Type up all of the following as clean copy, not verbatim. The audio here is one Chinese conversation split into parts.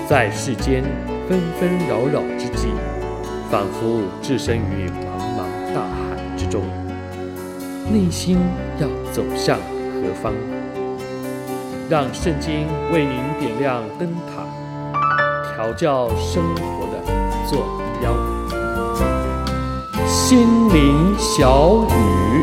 在世间纷纷扰扰之际，仿佛置身于茫茫大海之中，内心要走向何方？让圣经为您点亮灯塔，调教生活的坐标。心灵小语，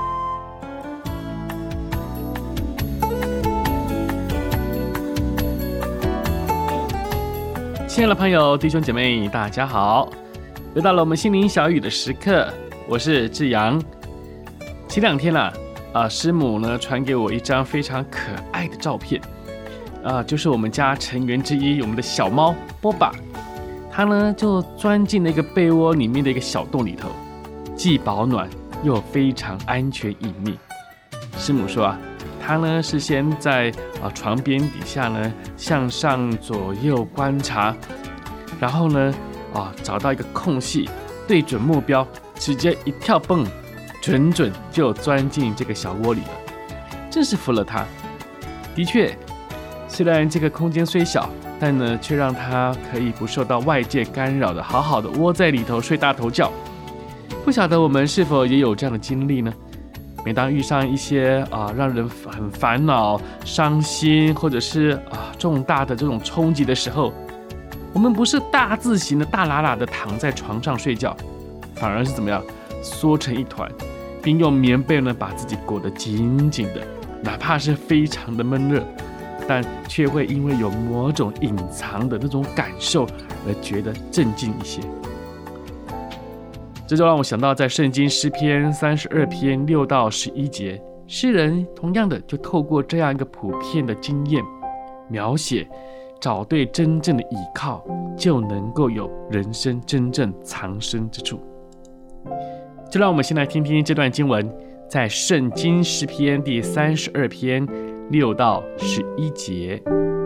亲爱的朋友、弟兄姐妹，大家好！又到了我们心灵小语的时刻，我是志阳。前两天师母呢传给我一张非常可爱的照片，就是我们家成员之一，我们的小猫波巴，它呢就钻进那个被窝里面的一个小洞里头，既保暖又非常安全隐秘。师母说它呢是先在床边底下呢向上左右观察，然后呢找到一个空隙，对准目标，直接一跳蹦，准就钻进这个小窝里了，真是服了它。的确，虽然这个空间虽小，但呢却让它可以不受到外界干扰的好好的窝在里头睡大头觉。不晓得我们是否也有这样的经历呢？每当遇上一些让人很烦恼、伤心，或者是重大的这种冲击的时候，我们不是大字型的大喇喇的躺在床上睡觉，反而是怎么样，缩成一团，并用棉被呢把自己裹得紧紧的，哪怕是非常的闷热，但却会因为有某种隐藏的那种感受而觉得镇静一些。这就让我想到在圣经诗篇32篇6到11节，诗人同样的就透过这样一个普遍的经验描写，找对真正的依靠，就能够有人生真正藏身之处。就让我们先来听听这段经文，在圣经诗篇第32篇6到11节。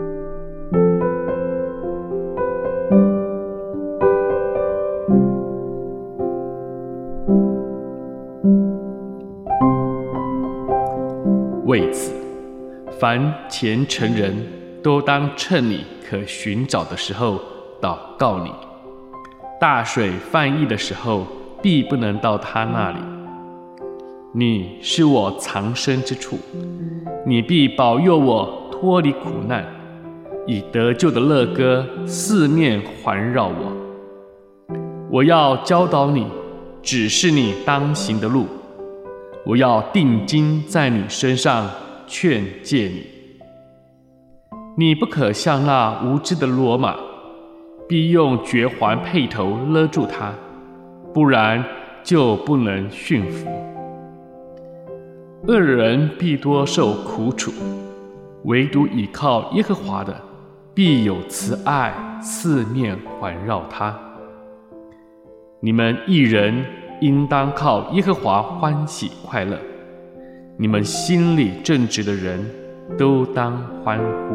为此，凡虔诚人都当趁你可寻找的时候祷告你。大水泛溢的时候，必不能到他那里。你是我藏身之处，你必保佑我脱离苦难，以得救的乐歌四面环绕我。我要教导你，指示你当行的路。我要定睛在你身上，劝诫你。你不可像那无知的骡马，必用绝环辔头勒住它，不然就不能驯服。恶人必多受苦楚，唯独倚靠耶和华的，必有慈爱四面环绕他。你们义人应当靠耶和华欢喜快乐，你们心里正直的人都当欢呼。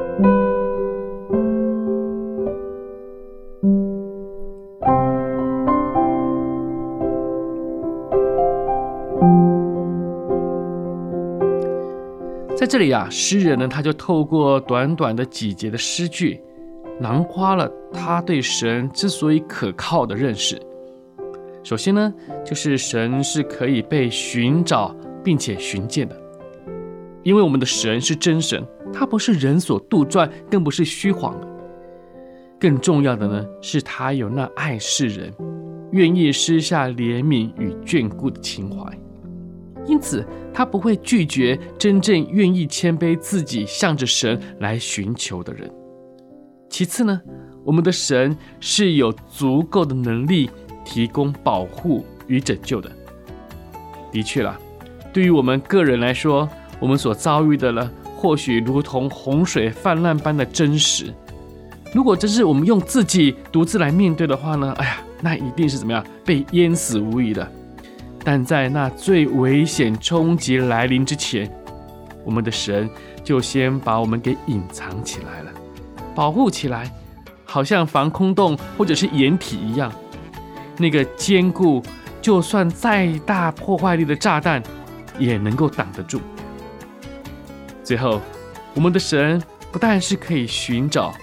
在这里诗人呢，他就透过短短的几节的诗句，囊括了他对神之所以可靠的认识。首先呢，就是神是可以被寻找并且寻见的，因为我们的神是真神，他不是人所杜撰，更不是虚谎的。更重要的呢，是他有那爱世人、愿意施下怜悯与眷顾的情怀，因此他不会拒绝真正愿意谦卑自己向着神来寻求的人。其次呢，我们的神是有足够的能力提供保护与拯救的。的确啦，对于我们个人来说，我们所遭遇的呢，或许如同洪水泛滥般的真实。如果真是我们用自己独自来面对的话呢，那一定是怎么样，被淹死无疑的。但在那最危险冲击来临之前，我们的神就先把我们给隐藏起来了，保护起来，好像防空洞或者是掩体一样。那个坚固，就算再大破坏力的炸弹也能够挡得住。最后，我们的神不但是可以寻找，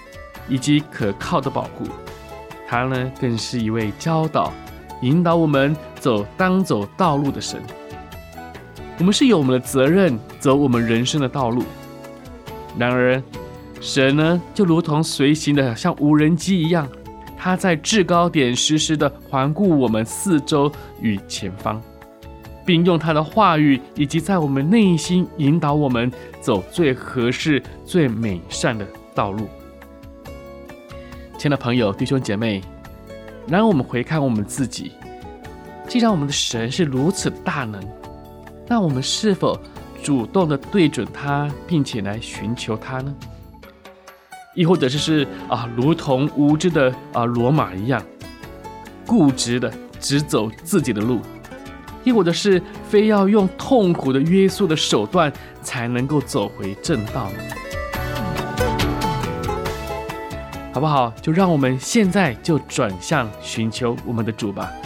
以及可靠的保护。他呢，更是一位教导、引导我们当走道路的神。我们是有我们的责任走我们人生的道路。然而，神呢，就如同随行的像无人机一样，他在制高点时时的环顾我们四周与前方，并用他的话语以及在我们内心引导我们走最合适、最美善的道路。亲爱的朋友、弟兄姐妹，然而我们回看我们自己，既然我们的神是如此大能，那我们是否主动的对准他，并且来寻求他呢？亦或者是如同无知的罗马一样，固执的只走自己的路，亦或者是非要用痛苦的约束的手段才能够走回正道呢？好不好？就让我们现在就转向寻求我们的主吧。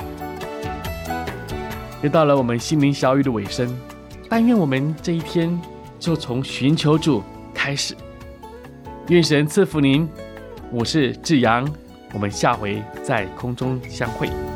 又到了我们心灵小语的尾声，但愿我们这一天就从寻求主开始。愿神赐福您，我是志阳，我们下回在空中相会。